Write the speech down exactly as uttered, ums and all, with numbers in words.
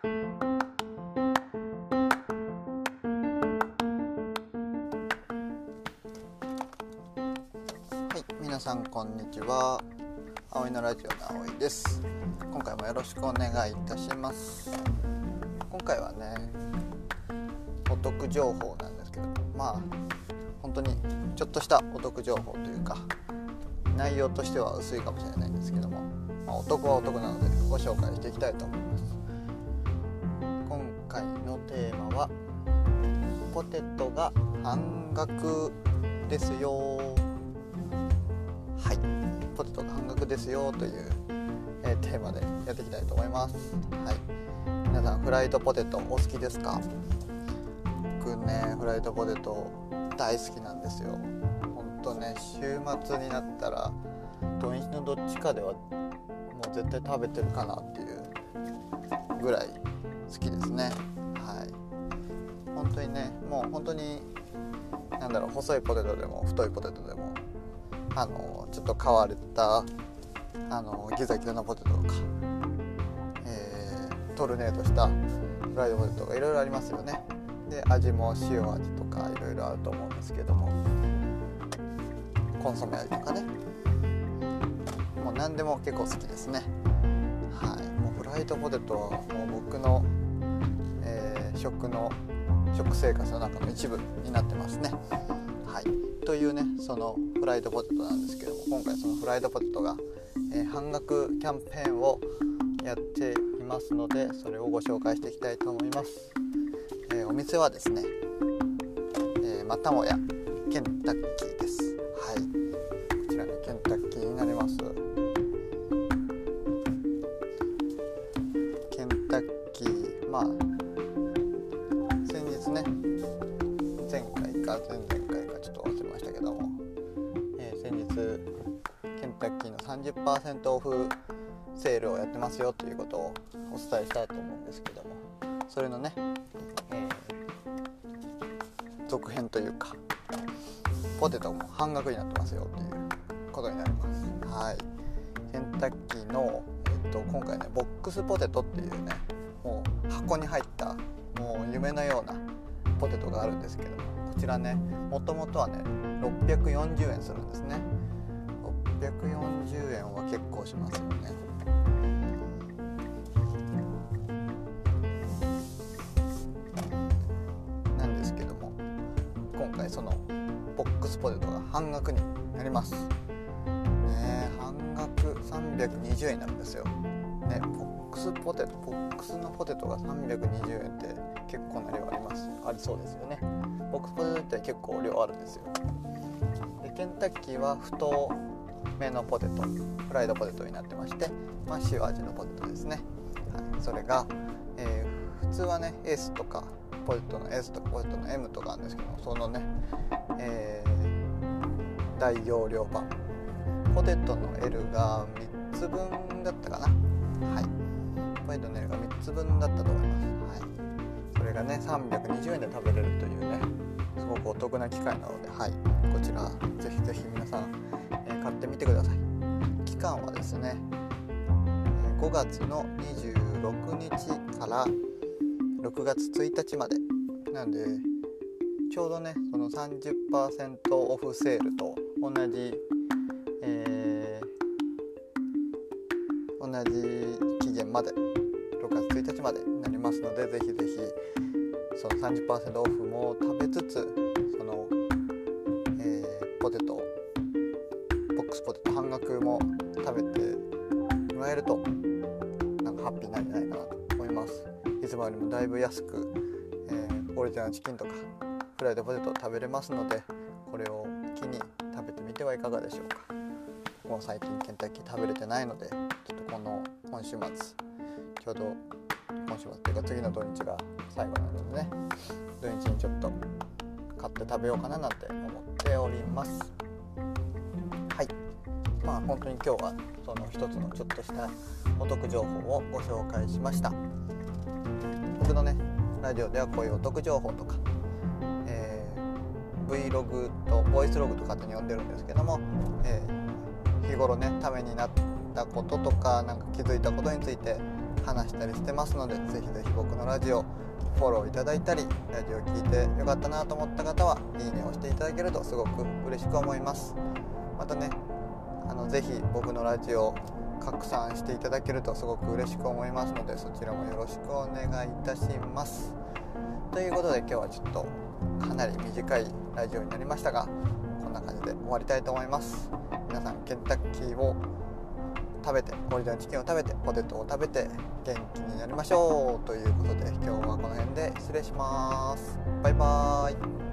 はい、皆さんこんにちは。葵のラジオの葵です。今回もよろしくお願いいたします。今回はね、お得情報なんですけど、まあ本当にちょっとしたお得情報というか、内容としては薄いかもしれないんですけども、まあ、お得はお得なのでご紹介していきたいと思います。今回のテーマはポテトが半額ですよ。はい、ポテトが半額ですよという、えー、テーマでやっていきたいと思います。はい、皆さんフライドポテトお好きですか？僕ね、フライドポテト大好きなんですよ。本当ね、週末になったら土日のどっちかではもう絶対食べてるかなっていうぐらい好きですね。はい、本当にね、もう本当になんだろう、細いポテトでも太いポテトでもあのちょっと変わったあのギザギザなポテトとか、えー、トルネードしたフライドポテトがいろいろありますよね。で、味も塩味とかいろいろあると思うんですけども、コンソメ味とかね、もう何でも結構好きですね。はい、もうフライドポテトはもう僕の、えー、食の食生活の中の一部になってますね。はい、というね、そのフライドポテトなんですけども、今回そのフライドポテトが、えー、半額キャンペーンをやっていますので、それをご紹介していきたいと思います。えー、お店はですね、えー、またもやケンタッキーです。はい、こちらね、ケンタッキーになります。ケンタッキー、まあ先日ね、前回か前々回かちょっと忘れましたけども、えー、先日ケンタッキーの さんじゅっパーセント オフセールをやってますよということをお伝えしたと思うんですけども、それのね、えー、続編というか、ポテトも半額になってますよということになります。はい、ケンタッキーの、えー、と今回ね、ボックスポテトっていうね、もう箱に入ったもう夢のようなポテトがあるんですけども、こちらね、もともとはねろっぴゃくよんじゅうえんするんですね。ろっぴゃくよんじゅうえんは結構しますよね。なんですけども、今回そのボックスポテトが半額になりますね。半額さんびゃくにじゅうえんになるんですよね。ボックスポテトボックスのポテトがさんびゃくにじゅうえんって結構な量ありますありそうですよね。ボックスポテトって結構量あるんですよ。で、ケンタッキーは太めのポテト、フライドポテトになってまして、まあ、塩味のポテトですね。はい、それが、えー、普通はね S とかポテトの S とかポテトの M とかあるんですけど、そのね、えー、大容量版、ポテトの L がみっつぶんだったかな。はい、ポテトの L がみっつぶんだったと思います。はい、それがねさんびゃくにじゅうえんで食べれるというね、すごくお得な機会なので、はい、こちらぜひぜひ皆さん、えー、買ってみてください。期間はですね、ごがつのにじゅうろくにちからろくがつついたちまでなので、ちょうどねその さんじゅっパーセント オフセールと同じ、えー、同じ期限までろくがつついたちまでになりますので、ぜひぜひその さんじゅっパーセント オフも食べつつ、その、えー、ポテトボックスポテト半額も食べてもらえるとなんかハッピーなんじゃないかなと思います。いつもよりもだいぶ安く、えー、オリジナルチキンとかフライドポテトを食べれますので、これを機に食べてみてはいかがでしょうか。もう最近ケンタッキー食べれてないので、ちょっとこの今週末、ちょうど今週末というか次の土日が最後なのでね、土日にちょっと買って食べようかななんて思っております。はい、まあ本当に今日はその一つのちょっとしたお得情報をご紹介しました。僕のねラジオではこういうお得情報とか、えー、Vlog とボイスログと勝手に呼んでるんですけども、えー、日頃ねためになったこととか、なんか気づいたことについて話したりしてますので、ぜひぜひ僕のラジオフォローいただいたり、ラジオ聞いてよかったなと思った方はいいねを押していただけるとすごく嬉しく思います。またね、あのぜひ僕のラジオ拡散していただけるとすごく嬉しく思いますので、そちらもよろしくお願いいたします。ということで今日はちょっとかなり短いラジオになりましたが、こんな感じで終わりたいと思います。皆さんケンタッキーを食べて、オリジナルチキンを食べて、ポテトを食べて元気になりましょうということで、今日はこの辺で失礼します。バイバーイ。